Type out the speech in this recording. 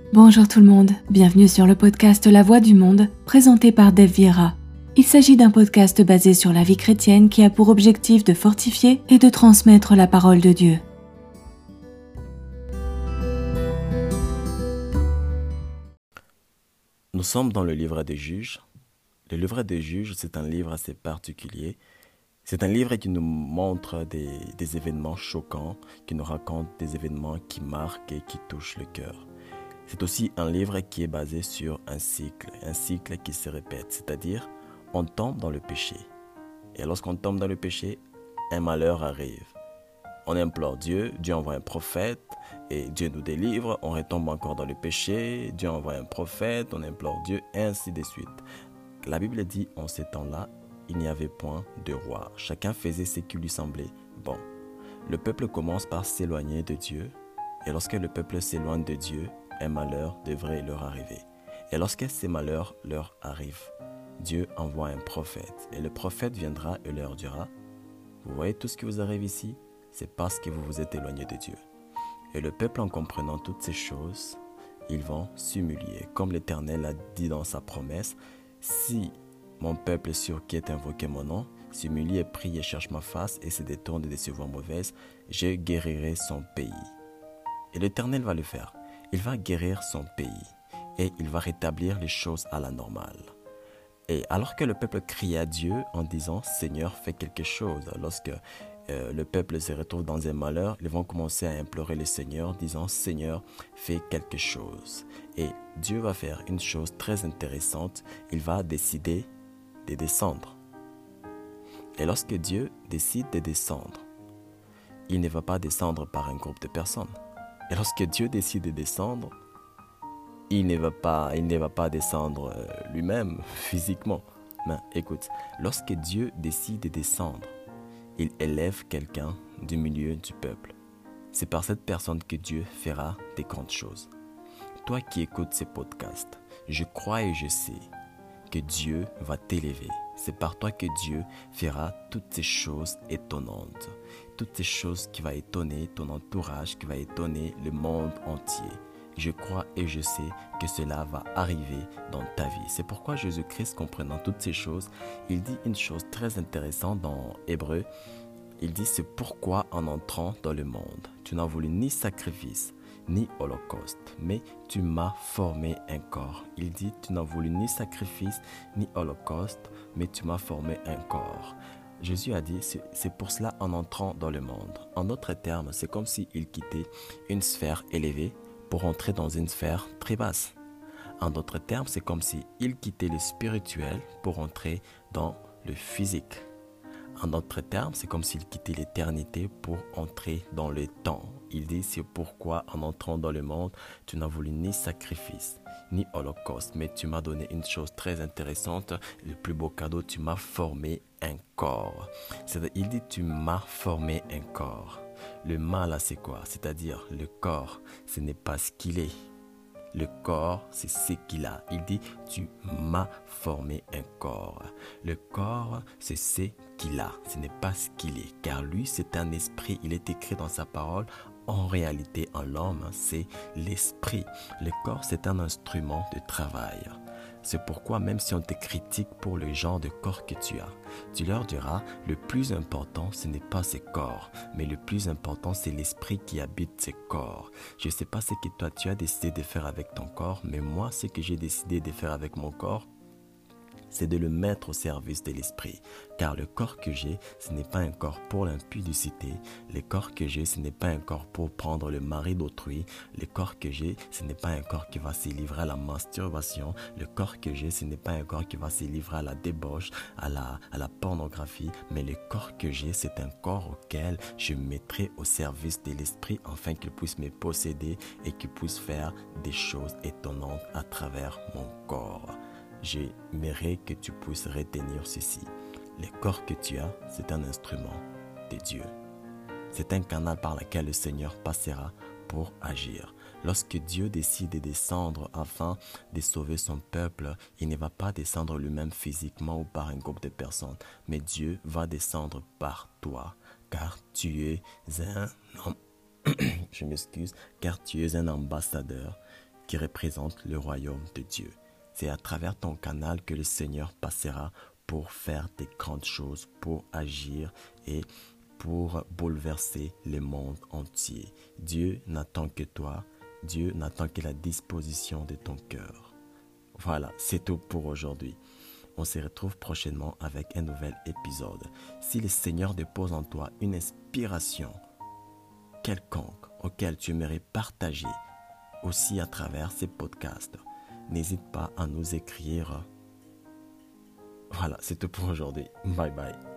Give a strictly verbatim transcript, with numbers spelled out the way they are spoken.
Bonjour tout le monde, bienvenue sur le podcast La Voix du Monde, présenté par Dave Vieira. Il s'agit d'un podcast basé sur la vie chrétienne qui a pour objectif de fortifier et de transmettre la parole de Dieu. Nous sommes dans le livre des Juges. Le livre des Juges, c'est un livre assez particulier. C'est un livre qui nous montre des, des événements choquants, qui nous raconte des événements qui marquent et qui touchent le cœur. C'est aussi un livre qui est basé sur un cycle, un cycle qui se répète, c'est-à-dire on tombe dans le péché. Et lorsqu'on tombe dans le péché, un malheur arrive. On implore Dieu, Dieu envoie un prophète et Dieu nous délivre, on retombe encore dans le péché, Dieu envoie un prophète, on implore Dieu, et ainsi de suite. La Bible dit, en ces temps-là, il n'y avait point de roi. Chacun faisait ce qui lui semblait bon. Le peuple commence par s'éloigner de Dieu, et lorsque le peuple s'éloigne de Dieu, un malheur devrait leur arriver. Et lorsque ces malheurs leur arrivent, Dieu envoie un prophète, et le prophète viendra et leur dira, vous voyez tout ce qui vous arrive ici, c'est parce que vous vous êtes éloigné de Dieu. Et le peuple, en comprenant toutes ces choses, ils vont s'humilier. Comme l'Éternel a dit dans sa promesse, si mon peuple sur qui est invoqué mon nom s'humilie et prie et cherche ma face et se détourne de ses voies mauvaises, je guérirai son pays. Et l'Éternel va le faire. Il va guérir son pays et il va rétablir les choses à la normale. Et alors que le peuple crie à Dieu en disant « Seigneur, fais quelque chose », lorsque euh, le peuple se retrouve dans un malheur, ils vont commencer à implorer le Seigneur disant « Seigneur, fais quelque chose ». Et Dieu va faire une chose très intéressante, il va décider de descendre. Et lorsque Dieu décide de descendre, il ne va pas descendre par un groupe de personnes. Et lorsque Dieu décide de descendre, il ne va pas, il ne va pas descendre lui-même physiquement. Mais écoute, lorsque Dieu décide de descendre, il élève quelqu'un du milieu du peuple. C'est par cette personne que Dieu fera des grandes choses. Toi qui écoutes ces podcasts, je crois et je sais que Dieu va t'élever. C'est par toi que Dieu fera toutes ces choses étonnantes. Toutes ces choses qui vont étonner ton entourage, qui vont étonner le monde entier. Je crois et je sais que cela va arriver dans ta vie. C'est pourquoi Jésus-Christ, comprenant toutes ces choses, il dit une chose très intéressante dans Hébreu. Il dit, c'est pourquoi en entrant dans le monde, tu n'as voulu ni sacrifice, ni holocauste, mais tu m'as formé un corps. Il dit, tu n'as voulu ni sacrifice, ni holocauste, mais tu m'as formé un corps. Jésus a dit, c'est pour cela en entrant dans le monde. En d'autres termes, c'est comme s'il quittait une sphère élevée pour entrer dans une sphère très basse. En d'autres termes, c'est comme s'il quittait le spirituel pour entrer dans le physique. En d'autres termes, c'est comme s'il quittait l'éternité pour entrer dans le temps. Il dit, c'est pourquoi en entrant dans le monde, tu n'as voulu ni sacrifice, ni holocauste, mais tu m'as donné une chose très intéressante, le plus beau cadeau, tu m'as formé un corps. C'est-à-dire, il dit, tu m'as formé un corps. Le mal, c'est quoi? C'est-à-dire, le corps, ce n'est pas ce qu'il est. Le corps, c'est ce qu'il a. Il dit, tu m'as formé un corps. Le corps, c'est ce qu'il a. Ce n'est pas ce qu'il est. Car lui, c'est un esprit. Il est écrit dans sa parole. En réalité, en l'homme, c'est l'esprit. Le corps, c'est un instrument de travail. C'est pourquoi même si on te critique pour le genre de corps que tu as, tu leur diras, le plus important, ce n'est pas ce corps, mais le plus important, c'est l'esprit qui habite ce corps. Je ne sais pas ce que toi, tu as décidé de faire avec ton corps, mais moi, ce que j'ai décidé de faire avec mon corps, c'est de le mettre au service de l'esprit. Car le corps que j'ai, ce n'est pas un corps pour l'impudicité. Le corps que j'ai, ce n'est pas un corps pour prendre le mari d'autrui. Le corps que j'ai, ce n'est pas un corps qui va se livrer à la masturbation. Le corps que j'ai, ce n'est pas un corps qui va se livrer à la débauche, à la, à la pornographie. Mais le corps que j'ai, c'est un corps auquel je mettrai au service de l'esprit afin qu'il puisse me posséder et qu'il puisse faire des choses étonnantes à travers mon corps. J'aimerais que tu puisses retenir ceci. Le corps que tu as, c'est un instrument de Dieu. C'est un canal par lequel le Seigneur passera pour agir. Lorsque Dieu décide de descendre afin de sauver son peuple, il ne va pas descendre lui-même physiquement ou par un groupe de personnes, mais Dieu va descendre par toi, car tu es un... je m'excuse, car tu es un ambassadeur qui représente le royaume de Dieu. C'est à travers ton canal que le Seigneur passera pour faire des grandes choses, pour agir et pour bouleverser le monde entier. Dieu n'attend que toi, Dieu n'attend que la disposition de ton cœur. Voilà, c'est tout pour aujourd'hui. On se retrouve prochainement avec un nouvel épisode. Si le Seigneur dépose en toi une inspiration quelconque auquel tu aimerais partager aussi à travers ces podcasts, n'hésite pas à nous écrire. Voilà, c'est tout pour aujourd'hui. Bye bye.